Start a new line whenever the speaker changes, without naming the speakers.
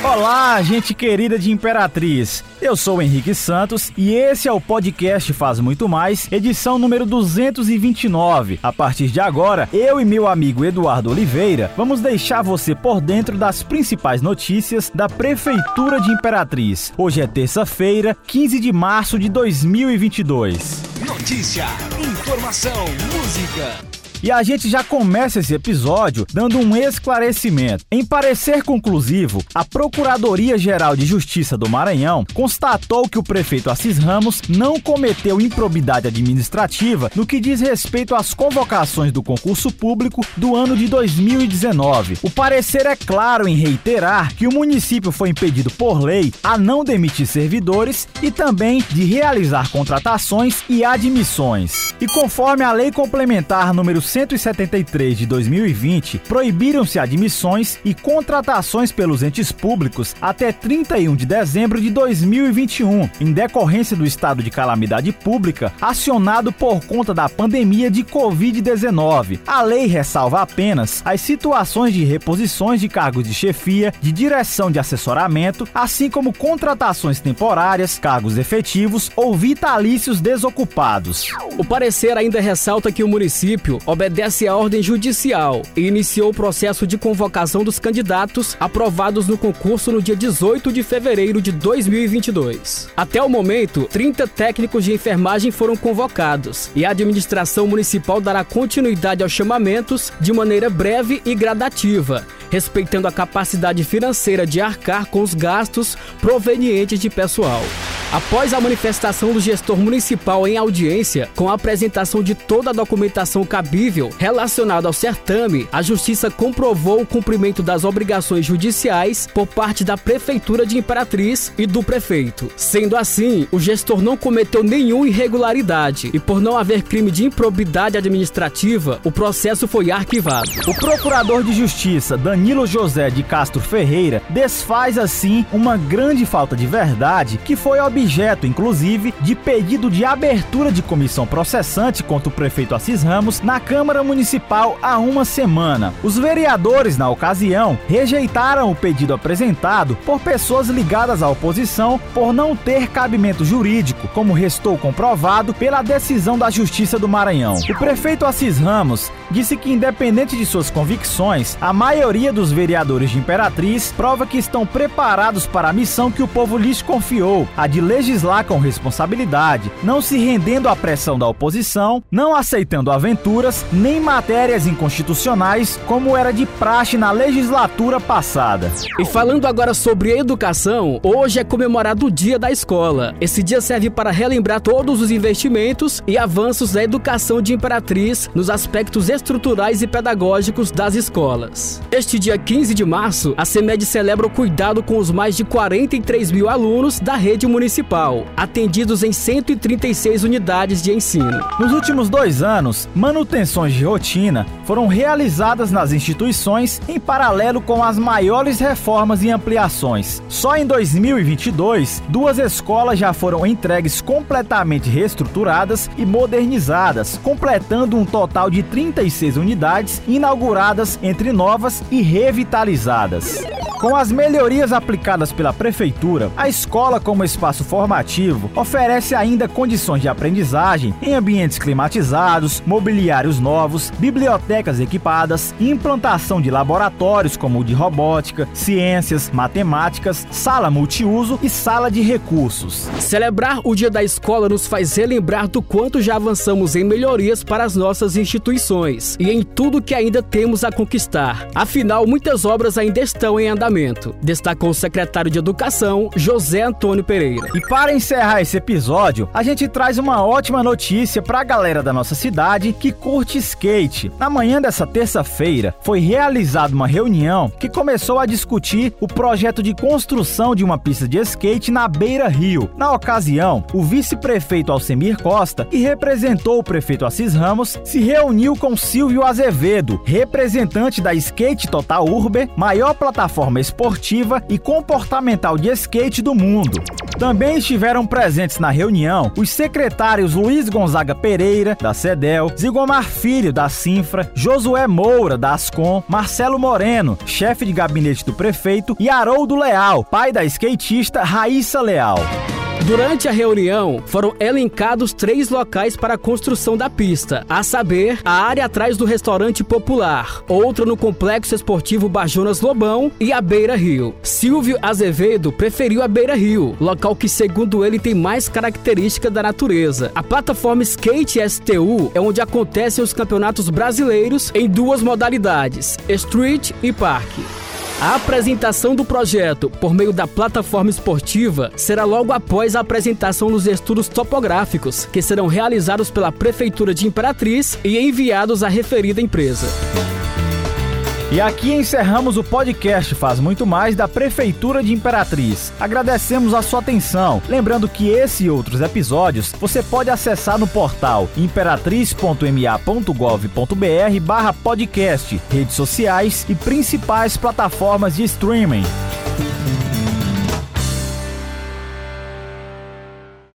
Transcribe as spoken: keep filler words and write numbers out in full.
Olá, gente querida de Imperatriz. Eu sou o Henrique Santos e esse é o podcast Faz Muito Mais, edição número duzentos e vinte e nove. A partir de agora, eu e meu amigo Eduardo Oliveira vamos deixar você por dentro das principais notícias da Prefeitura de Imperatriz. Hoje é terça-feira, quinze de março de dois mil e vinte e dois.
Notícia, informação, música.
E a gente já começa esse episódio dando um esclarecimento. Em parecer conclusivo, a Procuradoria-Geral de Justiça do Maranhão constatou que o prefeito Assis Ramos não cometeu improbidade administrativa no que diz respeito às convocações do concurso público do ano de dois mil e dezenove. O parecer é claro em reiterar que o município foi impedido por lei a não demitir servidores e também de realizar contratações e admissões. E conforme a Lei Complementar número cento e setenta e três de dois mil e vinte, proibiram-se admissões e contratações pelos entes públicos até trinta e um de dezembro de dois mil e vinte e um, em decorrência do estado de calamidade pública acionado por conta da pandemia de covid dezenove. A lei ressalva apenas as situações de reposições de cargos de chefia, de direção de assessoramento, assim como contratações temporárias, cargos efetivos ou vitalícios desocupados.
O parecer ainda ressalta que o município obedece à ordem judicial e iniciou o processo de convocação dos candidatos aprovados no concurso no dia dezoito de fevereiro de dois mil e vinte e dois. Até o momento, trinta técnicos de enfermagem foram convocados e a administração municipal dará continuidade aos chamamentos de maneira breve e gradativa, respeitando a capacidade financeira de arcar com os gastos provenientes de pessoal. Após a manifestação do gestor municipal em audiência, com a apresentação de toda a documentação cabível relacionada ao certame, a Justiça comprovou o cumprimento das obrigações judiciais por parte da Prefeitura de Imperatriz e do prefeito. Sendo assim, o gestor não cometeu nenhuma irregularidade e, por não haver crime de improbidade administrativa, o processo foi arquivado.
O Procurador de Justiça, Danilo José de Castro Ferreira, desfaz assim uma grande falta de verdade que foi objeto objeto, inclusive, de pedido de abertura de comissão processante contra o prefeito Assis Ramos na Câmara Municipal há uma semana. Os vereadores, na ocasião, rejeitaram o pedido apresentado por pessoas ligadas à oposição por não ter cabimento jurídico, como restou comprovado pela decisão da Justiça do Maranhão. O prefeito Assis Ramos disse que, independente de suas convicções, a maioria dos vereadores de Imperatriz prova que estão preparados para a missão que o povo lhes confiou, a de legislar com responsabilidade, não se rendendo à pressão da oposição, não aceitando aventuras, nem matérias inconstitucionais, como era de praxe na legislatura passada.
E falando agora sobre educação, hoje é comemorado o Dia da Escola. Esse dia serve para relembrar todos os investimentos e avanços da educação de Imperatriz nos aspectos estruturais e pedagógicos das escolas. Este dia quinze de março, a CEMED celebra o cuidado com os mais de quarenta e três mil alunos da rede municipal, atendidos em cento e trinta e seis unidades de ensino.
Nos últimos dois anos, manutenções de rotina foram realizadas nas instituições em paralelo com as maiores reformas e ampliações. Só em dois mil e vinte e dois, duas escolas já foram entregues completamente reestruturadas e modernizadas, completando um total de trinta e seis unidades inauguradas entre novas e revitalizadas. Com as melhorias aplicadas pela Prefeitura, a escola, como espaço formativo, oferece ainda condições de aprendizagem em ambientes climatizados, mobiliários novos, bibliotecas equipadas, implantação de laboratórios como o de robótica, ciências, matemáticas, sala multiuso e sala de recursos.
Celebrar o Dia da Escola nos faz relembrar do quanto já avançamos em melhorias para as nossas instituições e em tudo que ainda temos a conquistar. Afinal, muitas obras ainda estão em andamento. Destacou o secretário de Educação, José Antônio Pereira.
E para encerrar esse episódio, a gente traz uma ótima notícia para a galera da nossa cidade que curte skate. Na manhã dessa terça-feira, foi realizada uma reunião que começou a discutir o projeto de construção de uma pista de skate na Beira Rio. Na ocasião, o vice-prefeito Alcemir Costa, que representou o prefeito Assis Ramos, se reuniu com Silvio Azevedo, representante da Skate Total Urbe, maior plataforma esportiva e comportamental de skate do mundo. Também estiveram presentes na reunião os secretários Luiz Gonzaga Pereira, da CEDEL, Zigomar Filho, da Sinfra, Josué Moura, da Ascom, Marcelo Moreno, chefe de gabinete do prefeito, e Haroldo Leal, pai da skatista Raíssa Leal.
Durante a reunião, foram elencados três locais para a construção da pista, a saber, a área atrás do restaurante Popular, outra no Complexo Esportivo Bajonas Lobão e a Beira Rio. Silvio Azevedo preferiu a Beira Rio, local que, segundo ele, tem mais característica da natureza. A plataforma Skate S T U é onde acontecem os campeonatos brasileiros em duas modalidades, Street e Parque. A apresentação do projeto por meio da plataforma esportiva será logo após a apresentação dos estudos topográficos, que serão realizados pela Prefeitura de Imperatriz e enviados à referida empresa.
E aqui encerramos o podcast Faz Muito Mais da Prefeitura de Imperatriz. Agradecemos a sua atenção. Lembrando que esse e outros episódios você pode acessar no portal imperatriz ponto m a ponto gov ponto b r barra podcast, redes sociais e principais plataformas de streaming.